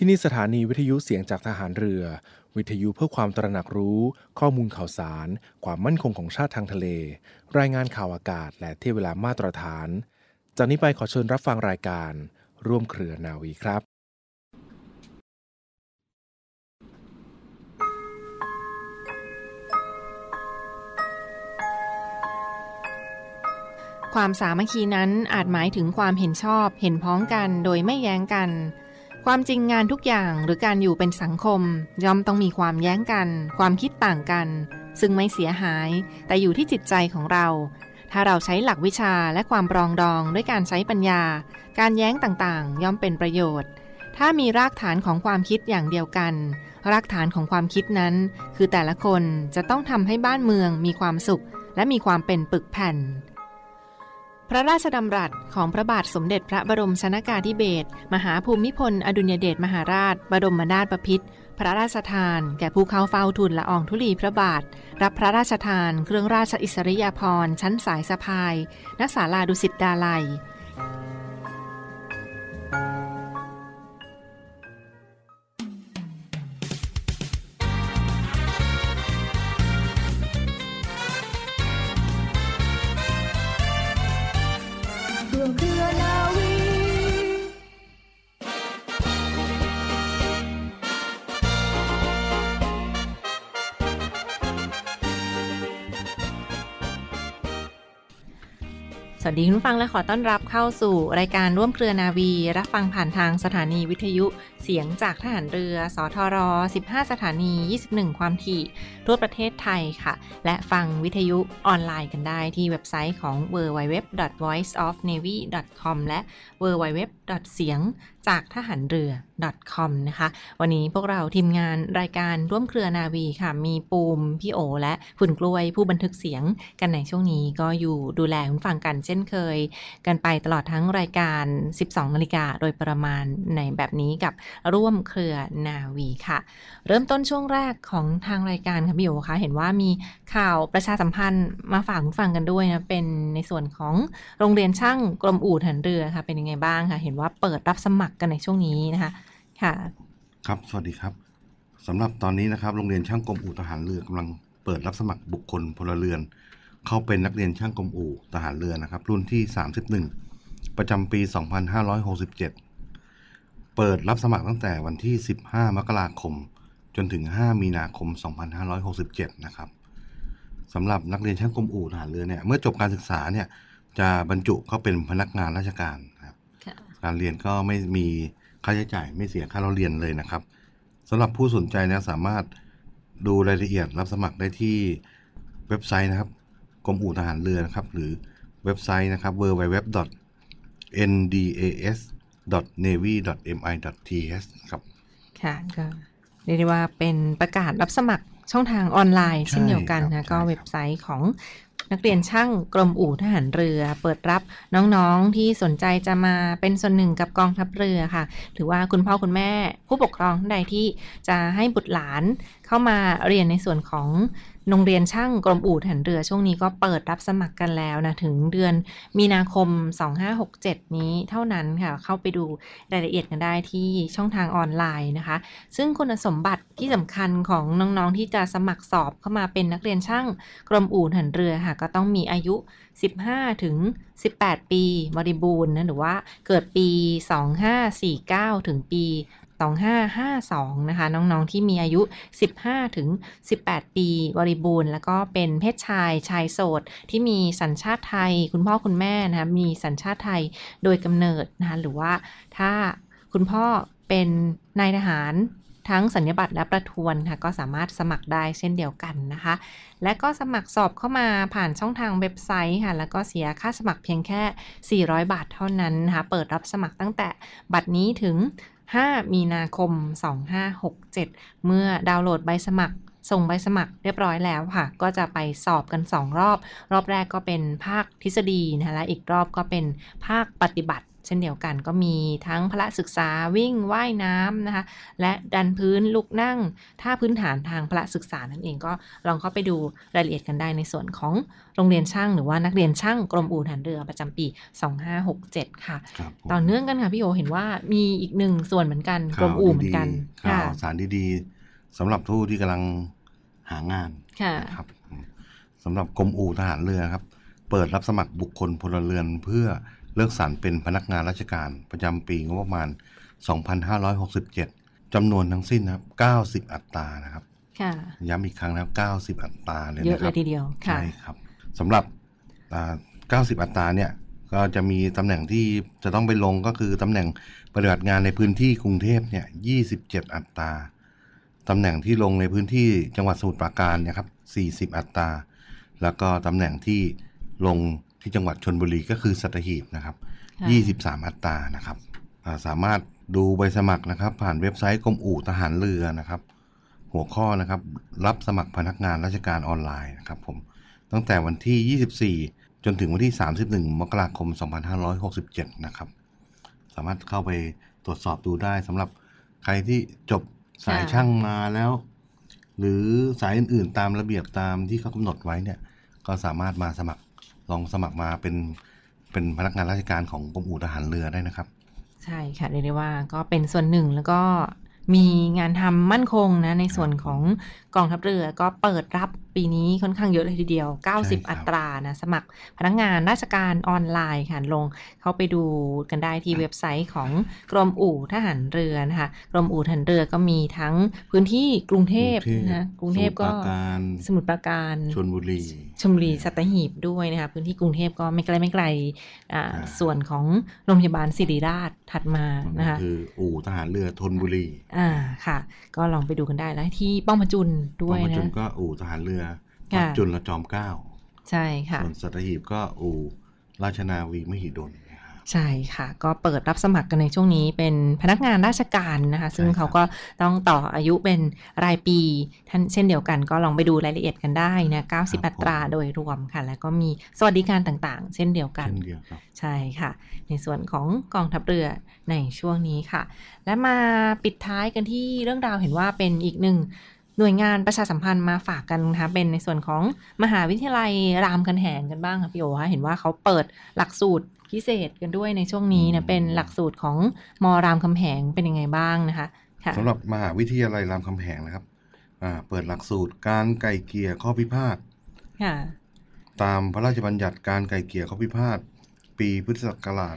ที่นี่สถานีวิทยุเสียงจากทหารเรือวิทยุเพื่อความตระหนักรู้ข้อมูลข่าวสารความมั่นคงของชาติทางทะเลรายงานข่าวอากาศและที่เวลามาตรฐานจากนี้ไปขอเชิญรับฟังรายการร่วมเครือนาวีครับความสามัคคีนั้นอาจหมายถึงความเห็นชอบเห็นพ้องกันโดยไม่แย้งกันความจริงงานทุกอย่างหรือการอยู่เป็นสังคมย่อมต้องมีความแย้งกันความคิดต่างกันซึ่งไม่เสียหายแต่อยู่ที่จิตใจของเราถ้าเราใช้หลักวิชาและความปรองดองด้วยการใช้ปัญญาการแย้งต่างๆย่อมเป็นประโยชน์ถ้ามีรากฐานของความคิดอย่างเดียวกันรากฐานของความคิดนั้นคือแต่ละคนจะต้องทำให้บ้านเมืองมีความสุขและมีความเป็นปึกแผ่นพระราชดำรัสของพระบาทสมเด็จพระบรมชนกาธิเบศรมหาภูมิพลอดุลยเดชมหาราชบรมนาถบพิตรพระราชทานแก่ผู้เข้าเฝ้าทูลละอองธุลีพระบาทรับพระราชทานเครื่องราชอิสริยาภรณ์ชั้นสายสะพายณศาลาดุสิตดาลัยสวัสดีคุณผู้ฟังและขอต้อนรับเข้าสู่รายการร่วมเครือนาวีรับฟังผ่านทางสถานีวิทยุเสียงจากทหารเรือสทร15สถานี21ความถี่ทั่วประเทศไทยค่ะและฟังวิทยุออนไลน์กันได้ที่เว็บไซต์ของ www.voiceofnavy.com และ www. เสียงจากทหารเรือ .com นะคะวันนี้พวกเราทีมงานรายการร่วมเครือนาวีค่ะมีปูมพี่โอและฝุ่นกล้วยผู้บันทึกเสียงกันในช่วงนี้ก็อยู่ดูแลคุณฟังกันเช่นเคยกันไปตลอดทั้งรายการ 12 นาฬิกาโดยประมาณในแบบนี้กับร่วมเครือนาวีค่ะเริ่มต้นช่วงแรกของทางรายการค่ะพี่โอคะเห็นว่ามีข่าวประชาสัมพันธ์มาฝากคุณฟังกันด้วยนะเป็นในส่วนของโรงเรียนช่างกรมอู่ทหารเรือค่ะเป็นยังไงบ้างคะเห็นว่าเปิดรับสมัครกันในช่วงนี้นะคะค่ะครับสวัสดีครับสำหรับตอนนี้นะครับโรงเรียนช่างกรมอู่ทหารเรือกำลังเปิดรับสมัครบุคคลพลเรือนเข้าเป็นนักเรียนช่างกรมอู่ทหารเรือนะครับรุ่นที่31ประจำปี2567เปิดรับสมัครตั้งแต่วันที่15มกราคมจนถึง5มีนาคม2567นะครับสำหรับนักเรียนช่างกรมอู่ทหารเรือเนี่ยเมื่อจบการศึกษาเนี่ยจะบรรจุเข้าเป็นพนักงานราชการครับการเรียนก็ไม่มีค่าใช้จ่ายไม่เสียค่าเราเรียนเลยนะครับสำหรับผู้สนใจนะสามารถดูรายละเอียดรับสมัครได้ที่เว็บไซต์นะครับกรมอู่ทหารเรือนะครับหรือเว็บไซต์นะครับ www.ndas.navy.mi.th ครับค่ะก็เรียกได้ว่าเป็นประกาศรับสมัครช่องทางออนไลน์เช่นเดียวกันนะก็เว็บไซต์ของนักเรียนช่างกรมอู่ทหารเรือเปิดรับน้องๆที่สนใจจะมาเป็นส่วนหนึ่งกับกองทัพเรือค่ะหรือว่าคุณพ่อคุณแม่ผู้ปกครองท่านใดที่จะให้บุตรหลานเข้ามาเรียนในส่วนของโรงเรียนช่างกรมอู่ทหารเรือช่วงนี้ก็เปิดรับสมัครกันแล้วนะถึงเดือนมีนาคม2567นี้เท่านั้นค่ะเข้าไปดูรายละเอียดกันได้ที่ช่องทางออนไลน์นะคะซึ่งคุณสมบัติที่สำคัญของน้องๆที่จะสมัครสอบเข้ามาเป็นนักเรียนช่างกรมอู่ทหารเรือค่ะก็ต้องมีอายุ15ถึง18ปีบริบูรณ์นะหรือว่าเกิดปี2549ถึงปี2552นะคะน้องๆที่มีอายุ15ถึง18ปีบริบูรณ์แล้วก็เป็นเพศชายโสดที่มีสัญชาติไทยคุณพ่อคุณแม่นะคะมีสัญชาติไทยโดยกำเนิดนะคะหรือว่าถ้าคุณพ่อเป็นนายทหารทั้งสัญญาบัตรและประทวนค่ะก็สามารถสมัครได้เช่นเดียวกันนะคะและก็สมัครสอบเข้ามาผ่านช่องทางเว็บไซต์ค่ะแล้วก็เสียค่าสมัครเพียงแค่400 บาทเท่านั้นนะคะเปิดรับสมัครตั้งแต่บัดนี้ถึง5มีนาคม2567เมื่อดาวน์โหลดใบสมัครส่งใบสมัครเรียบร้อยแล้วค่ะก็จะไปสอบกัน2รอบแรกก็เป็นภาคทฤษฎีนะคะและอีกรอบก็เป็นภาคปฏิบัติเช่นเดียวกันก็มีทั้งพละศึกษาวิ่งว่ายน้ำนะคะและดันพื้นลุกนั่งท่าพื้นฐานทางพละศึกษานั่นเองก็ลองเข้าไปดูรายละเอียดกันได้ในส่วนของโรงเรียนช่างหรือว่านักเรียนช่างกรมอู่ทหารเรือประจำปี2567ค่ะต่อเนื่องกันค่ะพี่โอเห็นว่ามีอีกหนึ่งส่วนเหมือนกันกรมอู่เหมือนกันข่าวสารดีๆสำหรับผู้ที่กำลังหางานครับสำหรับกรมอู่ทหารเรือครับเปิดรับสมัครบุคคลพลเรือนเพื่อเลือกสรรเป็นพนักงานราชการประจำปีงบประมาณ 2567 จำนวนทั้งสิ้นนะครับ90 อัตรานะครับย้ำอีกครั้งนะครับ90 อัตราเลยนะครับเยอะเลยทีเดียวใช่ครับสำหรับ90 อัตราเนี่ยก็จะมีตำแหน่งที่จะต้องไปลงก็คือตำแหน่งปฏิบัติงานในพื้นที่กรุงเทพเนี่ย27 อัตราตำแหน่งที่ลงในพื้นที่จังหวัดสมุทรปราการเนี่ยครับ40 อัตราแล้วก็ตำแหน่งที่ลงที่จังหวัดชลบุรีก็คือสัตหีบนะครับ23 อัตรานะครับสามารถดูใบสมัครนะครับผ่านเว็บไซต์กรมอู่ทหารเรือนะครับหัวข้อนะครับรับสมัครพนักงานราชการออนไลน์นะครับผมตั้งแต่วันที่24จนถึงวันที่31 มกราคม 2567นะครับสามารถเข้าไปตรวจสอบดูได้สำหรับใครที่จบสายช่างมาแล้วหรือสายอื่นๆตามระเบียบตามที่เขากำหนดไว้เนี่ยก็สามารถมาสมัครลองสมัครมาเป็นพนักงานราชการของกรมอู่ทหารเรือได้นะครับใช่ค่ะเรียกได้ว่าก็เป็นส่วนหนึ่งแล้วก็มีงานทำมั่นคงนะในส่วนของกองทัพเรือก็เปิดรับปีนี้ค่อนข้างเยอะเลยทีเดียว90 อัตรานะสมัครพนักงานราชการออนไลน์ค่ะลงเข้าไปดูกันได้ที่เว็บไซต์ของกรมอู่ทหารเรือนะคะกรมอู่ทหารเรือก็มีทั้งพื้นที่กรุงเทพนะกรุงเทพก็สมุทรปราการชลบุรีสัตหีบด้วยนะคะพื้นที่กรุงเทพก็ไม่ไกลส่วนของโรงพยาบาลศิริราชถัดมานะคะคืออู่ทหารเรือธนบุรีค่ะก็ลองไปดูกันได้แล้วที่ป้อมพระจุลด้วยนะป้อมพระจุลก็อู่ทหารเรือปัจจุลจอมเกล้าใช่ค่ะส่วนสัตหีบก็อู่ราชนาวีมหิดลใช่ค่ะก็เปิดรับสมัครกันในช่วงนี้เป็นพนักงานราชการนะคะซึ่งเขาก็ต้องต่ออายุเป็นรายปีท่านเช่นเดียวกันก็ลองไปดูรายละเอียดกันได้นะ90 อัตราโดยรวมค่ะแล้วก็มีสวัสดิการต่างๆเช่นเดียวกันใช่ค่ะในส่วนของกองทัพเรือในช่วงนี้ค่ะและมาปิดท้ายกันที่เรื่องราวเห็นว่าเป็นอีกหนึ่งหน่วยงานประชาสัมพันธ์มาฝากกันนะคะเป็นในส่วนของมหาวิทยาลัยรามคำแหงกันบ้างค่ะพี่โอคะเห็นว่าเขาเปิดหลักสูตรพิเศษกันด้วยในช่วงนี้นะเป็นหลักสูตรของม.รามคำแหงเป็นยังไงบ้างนะคะสำหรับมหาวิทยาลัยรามคำแหงนะครับเปิดหลักสูตรการไกล่เกลี่ยข้อพิพาทตามพระราชบัญญัติการไกล่เกลี่ยข้อพิพาทปีพุทธศักราช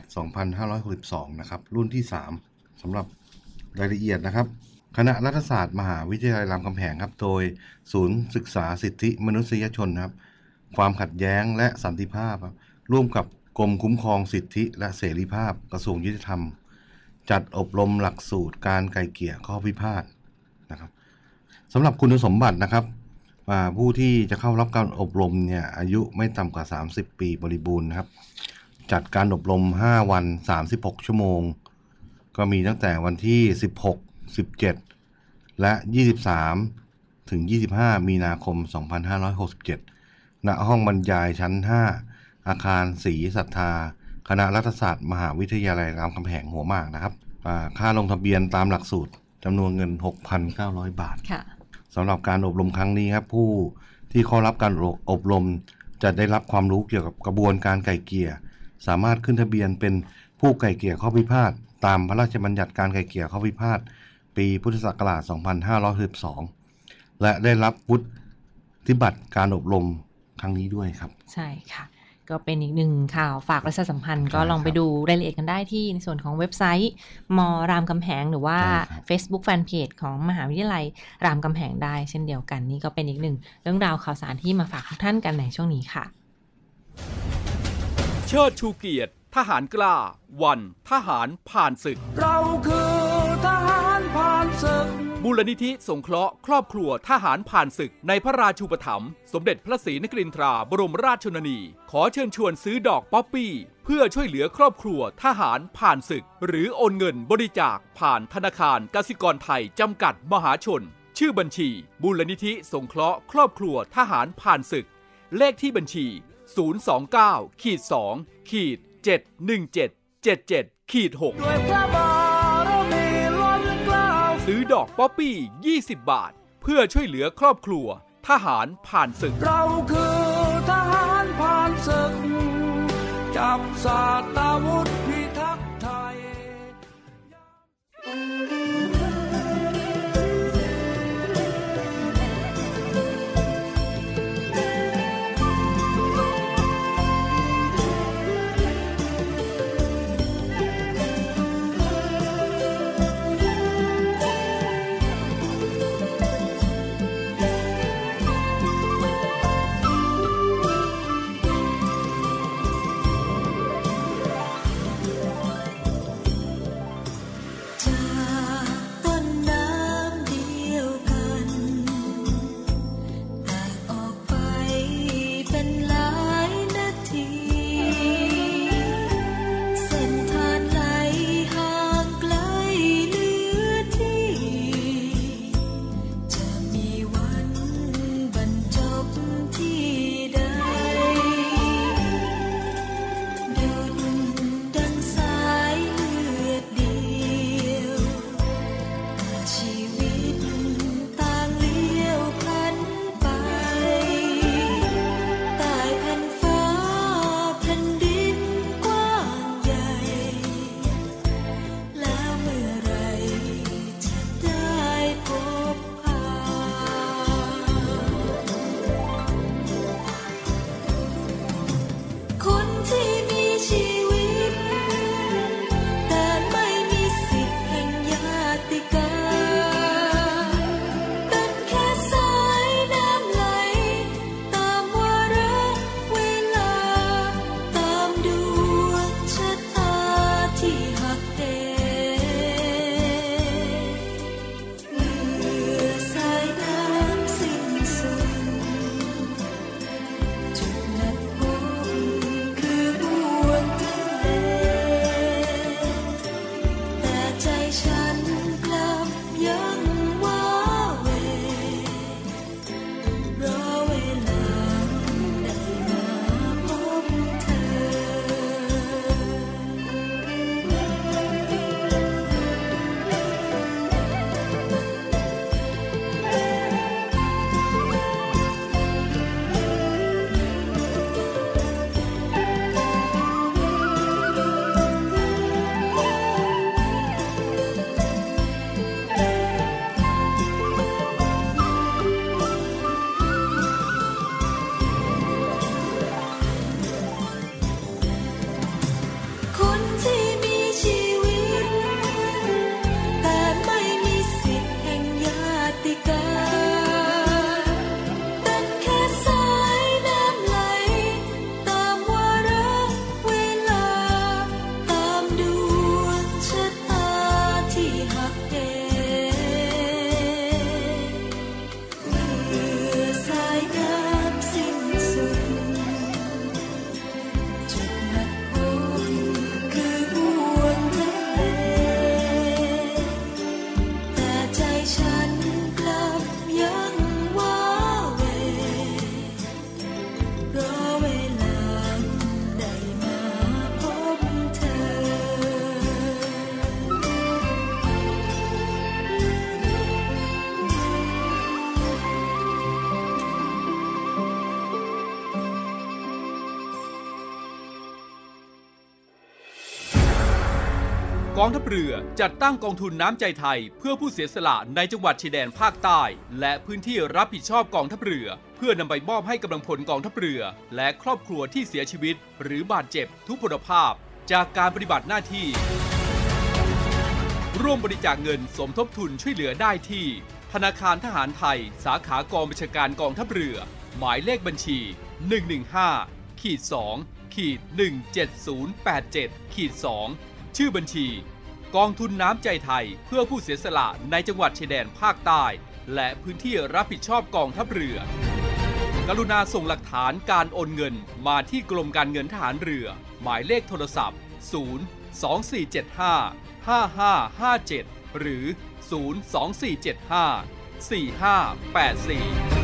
2562 นะครับรุ่นที่ 3สำหรับรายละเอียดนะครับคณะรัฐศาสตร์มหาวิทยาลัยรามคำแหงครับโดยศูนย์ศึกษาสิทธิมนุษยชนครับความขัดแย้งและสันติภาพร่วมกับกรมคุ้มครองสิทธิและเสรีภาพกระทรวงยุติธรรมจัดอบรมหลักสูตรการไกล่เกลี่ยข้อพิพาทนะครับสำหรับคุณสมบัตินะครับผู้ที่จะเข้ารับการอบรมเนี่ยอายุไม่ต่ำกว่า30 ปีบริบูรณ์นะครับจัดการอบรม5 วัน36 ชั่วโมงก็มีตั้งแต่วันที่16 17และ23ถึง25มีนาคม2567ณห้องบรรยายชั้น5อาคารศรีศรัทธาคณะรัฐศาสตร์มหาวิทยาลัยรามคำแหงหัวหมากนะครับค่าลงทะเบียนตามหลักสูตรจำนวนเงิน 6,900 บาทสำหรับการอบรมครั้งนี้ครับผู้ที่เข้ารับการอบรมจะได้รับความรู้เกี่ยวกับกระบวนการไกล่เกลี่ยสามารถขึ้นทะเบียนเป็นผู้ไกล่เกลี่ยข้อพิพาทตามพระราชบัญญัติการไกล่เกลี่ยข้อพิพาทปีพุทธศักราช 2512 และได้รับวุฒิบัตรการอบรมครั้งนี้ด้วยครับใช่ค่ะก็เป็นอีกหนึ่งข่าวฝากประชาสัมพันธ์ก็ลองไปดูรายละเอียดกันได้ที่ในส่วนของเว็บไซต์ม.รามคำแหงหรือว่า Facebook Fanpage ของมหาวิทยาลัยรามคำแหงได้เช่นเดียวกันนี่ก็เป็นอีกหนึ่งเรื่องราวข่าวสารที่มาฝากทุกท่านกันในช่วงนี้ค่ะเชิดชูเกียรติทหารกล้าวันทหารผ่านศึกเราคือทหารผ่านศึกมูลนิธิสงเคราะห์ครอบครัวทหารผ่านศึกในพระราชูปถัมภ์สมเด็จพระศรีนครินทราบรมราชชนนีขอเชิญชวนซื้อดอกป๊อปปี้เพื่อช่วยเหลือครอบครัวทหารผ่านศึกหรือโอนเงินบริจาคผ่านธนาคารกสิกรไทยจำกัดมหาชนชื่อบัญชีมูลนิธิสงเคราะห์ครอบครัวทหารผ่านศึกเลขที่บัญชี029-2-71777 6 ด้วยพระบารมีล้นเกล้าซื้อดอกป๊อปปี้20 บาทเพื่อช่วยเหลือครอบครัวทหารผ่านศึกเราคือทหารผ่านศึกจับศาสตราวุธพิทักษ์ไทยกองทัพเรือจัดตั้งกองทุนน้ำใจไทยเพื่อผู้เสียสละในจังหวัดชายแดนภาคใต้และพื้นที่รับผิดชอบกองทัพเรือเพื่อนำไปมอบให้กำลังพลกองทัพเรือและครอบครัวที่เสียชีวิตหรือบาดเจ็บทุพพลภาพจากการปฏิบัติหน้าที่ร่วมบริจาคเงินสมทบทุนช่วยเหลือได้ที่ธนาคารทหารไทยสาขากองบัญชาการกองทัพเรือหมายเลขบัญชี 115-2-17087-2ชื่อบัญชีกองทุนน้ำใจไทยเพื่อผู้เสียสละในจังหวัดชายแดนภาคใต้และพื้นที่รับผิดชอบกองทัพเรือกรุณาส่งหลักฐานการโอนเงินมาที่กรมการเงินทหารเรือหมายเลขโทรศัพท์024755557หรือ024754584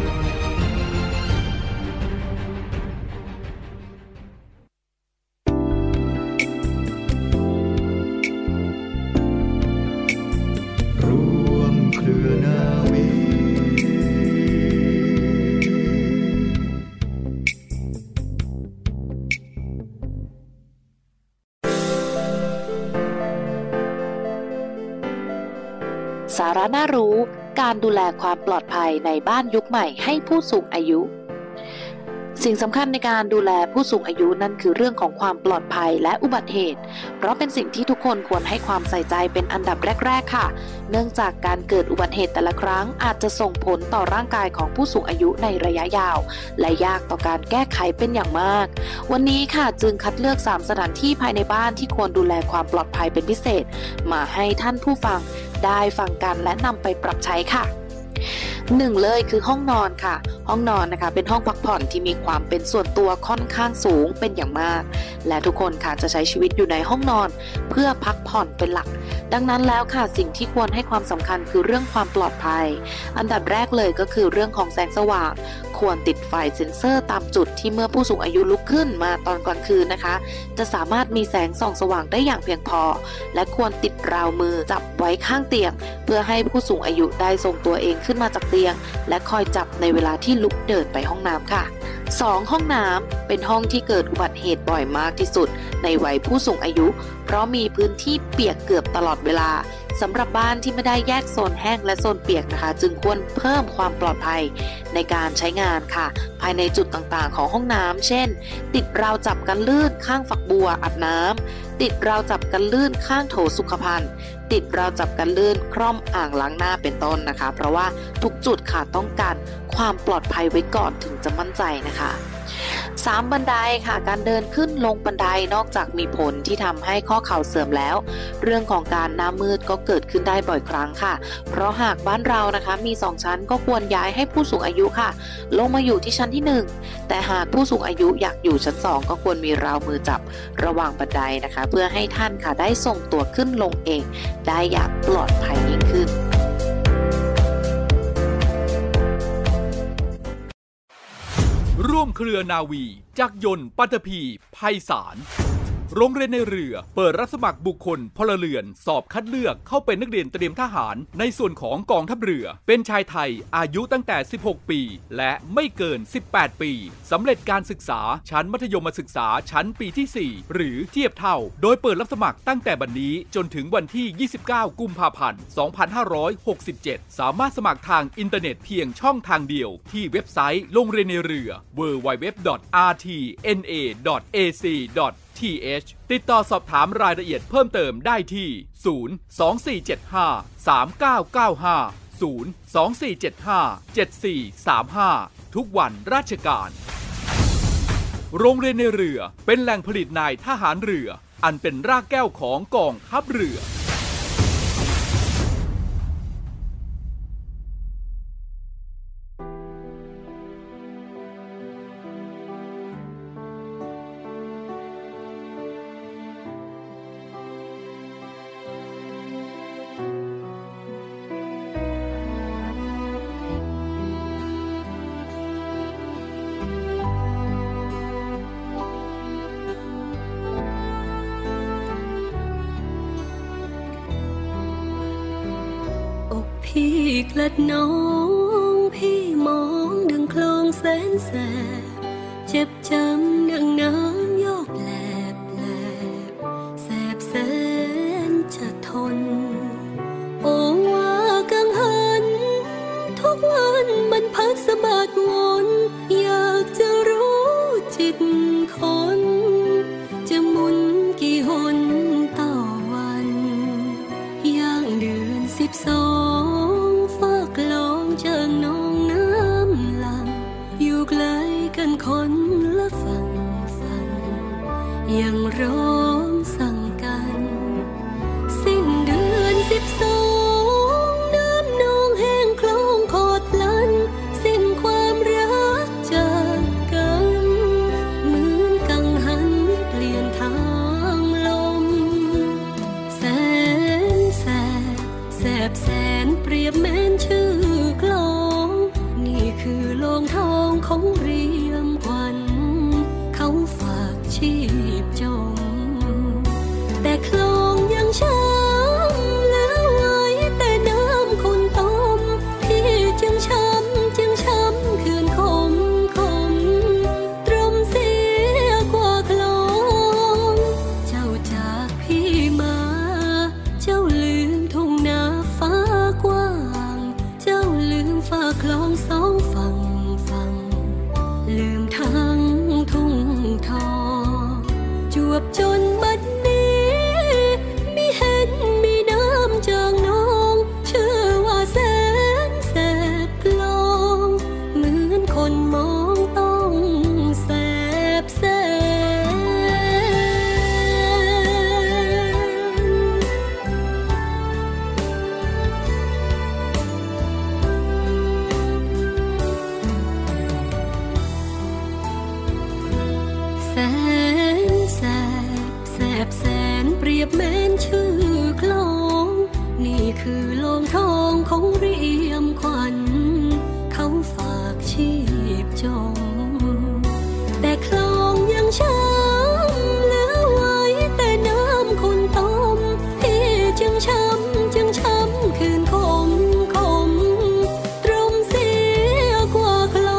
สาระน่ารู้การดูแลความปลอดภัยในบ้านยุคใหม่ให้ผู้สูงอายุสิ่งสำคัญในการดูแลผู้สูงอายุนั่นคือเรื่องของความปลอดภัยและอุบัติเหตุเพราะเป็นสิ่งที่ทุกคนควรให้ความใส่ใจเป็นอันดับแรกๆค่ะเนื่องจากการเกิดอุบัติเหตุแต่ละครั้งอาจจะส่งผลต่อร่างกายของผู้สูงอายุในระยะยาวและยากต่อการแก้ไขเป็นอย่างมากวันนี้ค่ะจึงคัดเลือก3สถานที่ภายในบ้านที่ควรดูแลความปลอดภัยเป็นพิเศษมาให้ท่านผู้ฟังได้ฟังกันและนำไปปรับใช้ค่ะ1เลยคือห้องนอนค่ะห้องนอนนะคะเป็นห้องพักผ่อนที่มีความเป็นส่วนตัวค่อนข้างสูงเป็นอย่างมากและทุกคนค่ะจะใช้ชีวิตอยู่ในห้องนอนเพื่อพักผ่อนเป็นหลักดังนั้นแล้วค่ะสิ่งที่ควรให้ความสำคัญคือเรื่องความปลอดภัยอันดับแรกเลยก็คือเรื่องของแสงสว่างควรติดไฟเซ็นเซอร์ตามจุดที่เมื่อผู้สูงอายุลุกขึ้นมาตอนกลางคืนนะคะจะสามารถมีแสงส่องสว่างได้อย่างเพียงพอและควรติดราวมือจับไว้ข้างเตียงเพื่อให้ผู้สูงอายุได้ทรงตัวเองขึ้นมาจากเตียงและคอยจับในเวลาที่ลุกเดินไปห้องน้ำค่ะ 2. ห้องน้ำเป็นห้องที่เกิดอุบัติเหตุบ่อยมากที่สุดในวัยผู้สูงอายุเพราะมีพื้นที่เปียกเกือบตลอดเวลาสำหรับบ้านที่ไม่ได้แยกโซนแห้งและโซนเปียกนะคะจึงควรเพิ่มความปลอดภัยในการใช้งานค่ะภายในจุดต่างๆของห้องน้ำเช่นติดราวจับกันลื่นข้างฝักบัวอาบน้ำติดราวจับกันลื่นข้างโถสุขภัณฑ์ติดราวจับกันลื่นคร่อมอ่างล้างหน้าเป็นต้นนะคะเพราะว่าทุกจุดค่ะต้องการความปลอดภัยไว้ก่อนถึงจะมั่นใจนะคะ3 บันไดค่ะการเดินขึ้นลงบันไดนอกจากมีผลที่ทำให้ข้อเข่าเสื่อมแล้วเรื่องของการหน้ามืดก็เกิดขึ้นได้บ่อยครั้งค่ะเพราะหากบ้านเรานะคะมี2ชั้นก็ควรย้ายให้ผู้สูงอายุค่ะลงมาอยู่ที่ชั้นที่1แต่หากผู้สูงอายุอยากอยู่ชั้น2ก็ควรมีราวมือจับระหว่างบันไดนะคะเพื่อให้ท่านค่ะได้ส่งตัวขึ้นลงเองได้อย่างปลอดภัยยิ่งขึ้นร่วมเครือนาวีจักรยนต์ปัตภีไพศาลโรงเรียนในเรือเปิดรับสมัครบุคคลพลเรือนสอบคัดเลือกเข้าเป็นนักเรียนเตรียมทหารในส่วนของกองทัพเรือเป็นชายไทยอายุตั้งแต่16ปีและไม่เกิน18ปีสำเร็จการศึกษาชั้นมัธยมศึกษาชั้นปีที่4หรือเทียบเท่าโดยเปิดรับสมัครตั้งแต่บัดนี้จนถึงวันที่29กุมภาพันธ์2567สามารถสมัครทางอินเทอร์เน็ตเพียงช่องทางเดียวที่เว็บไซต์โรงเรียนในเรือ www.rtna.ac.th ติดต่อสอบถามรายละเอียดเพิ่มเติมได้ที่ 024753995 ทุกวันราชการโรงเรียนในเรือเป็นแหล่งผลิตนายทหารเรืออันเป็นรากแก้วของกองทัพเรือพี่กลัดน้องพี่มองดังคลองแสนแสบเจ็บจำดังน้ำยอกแหลบแหลบแสบแสนจะทนโอ้ว่ากังหันทุกวันมันพัดสะบัดวนอยากจะรู้จิตคนจะหมุนกี่หนต่อวันย่างเดือน12ฝากลองจากน้องน้ำหลังอยู่ไกลกันคนละฝั่งยังร้องสั่งกันสิ้นเดือน12น้ำนองแห้งคลองขอดลันสิ้นความรักจากกันเหมือนกังหันเปลี่ยนทางลมแสนแสบแสนเปรียบแม้นชื่อกลองนี่คือโลงทองของเรียมควันเขาฝากชีพจมแต่คลองยังช้ำแล้วไหลแต่น้ำคุณต้มพี่จึงช้ำเขื่อนคมตรมเสียกว่าคลองเจ้าจากพี่มาเจ้าลืมทุ่งนาฟ้ากคลองสองฝั่งลืมทั้งทุ่งทองจวบจนบัดนี้มีเห็นมีน้ำจางน้องเชื่อว่าแสนแสบกลองเหมือนคนมองต้องแสบแสนเปรียบแม้นชื่อคลองนี่คือโลงทองของเรียมขวัญเขาฝากชีพจมแต่คลองยังช้ำเหลือไว้แต่น้ำคนต้มที่จึงช้ำคืนคมตรงเสียกว่าคล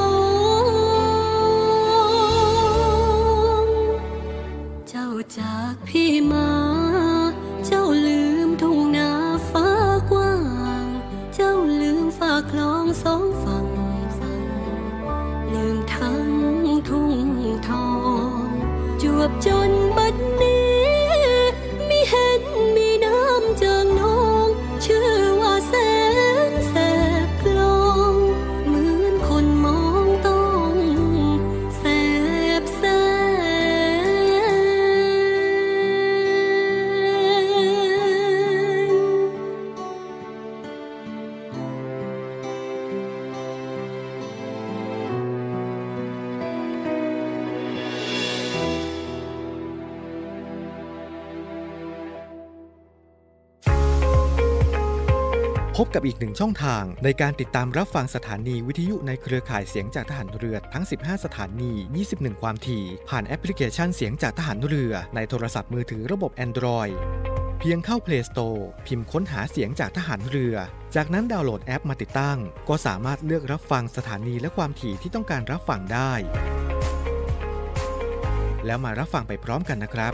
องเจ้าจากพี่มาเจ้าลืมทุ่งนาฟ้ากว้างเจ้าลืมฝากคลองสองฝั่งลืมทั้งทุ่งทองจวบจนบัดนี้มีเห็นมีน้ำจางน้องชื่อว่าแสนแสบกลองเหมือนคนมองต้องแสบแสพบกับอีกหนึ่งช่องทางในการติดตามรับฟังสถานีวิทยุในเครือข่ายเสียงจากทหารเรือทั้ง15สถานี 21 ความถี่ผ่านแอปพลิเคชันเสียงจากทหารเรือในโทรศัพท์มือถือระบบ Android เพียงเข้า Play Store พิมพ์ค้นหาเสียงจากทหารเรือจากนั้นดาวน์โหลดแอปมาติดตั้งก็สามารถเลือกรับฟังสถานีและความถี่ที่ต้องการรับฟังได้แล้วมารับฟังไปพร้อมกันนะครับ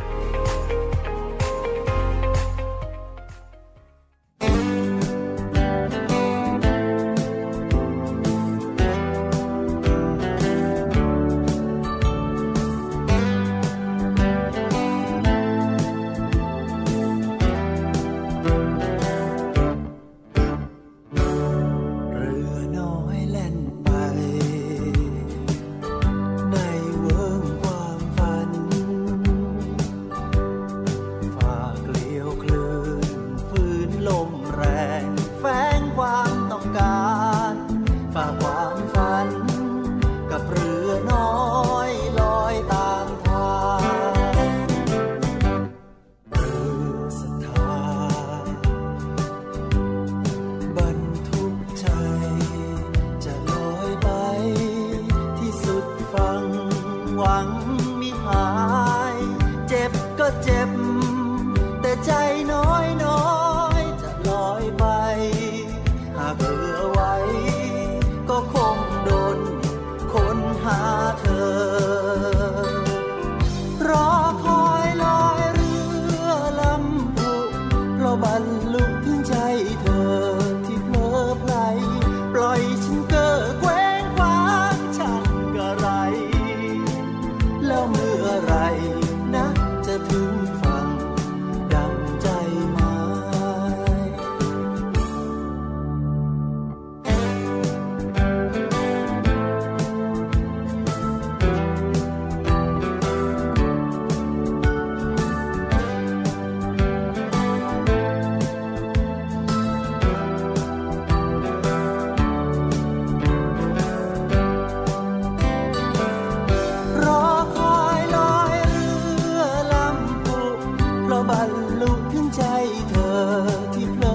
บรรลุถึงใจเธอที่เพล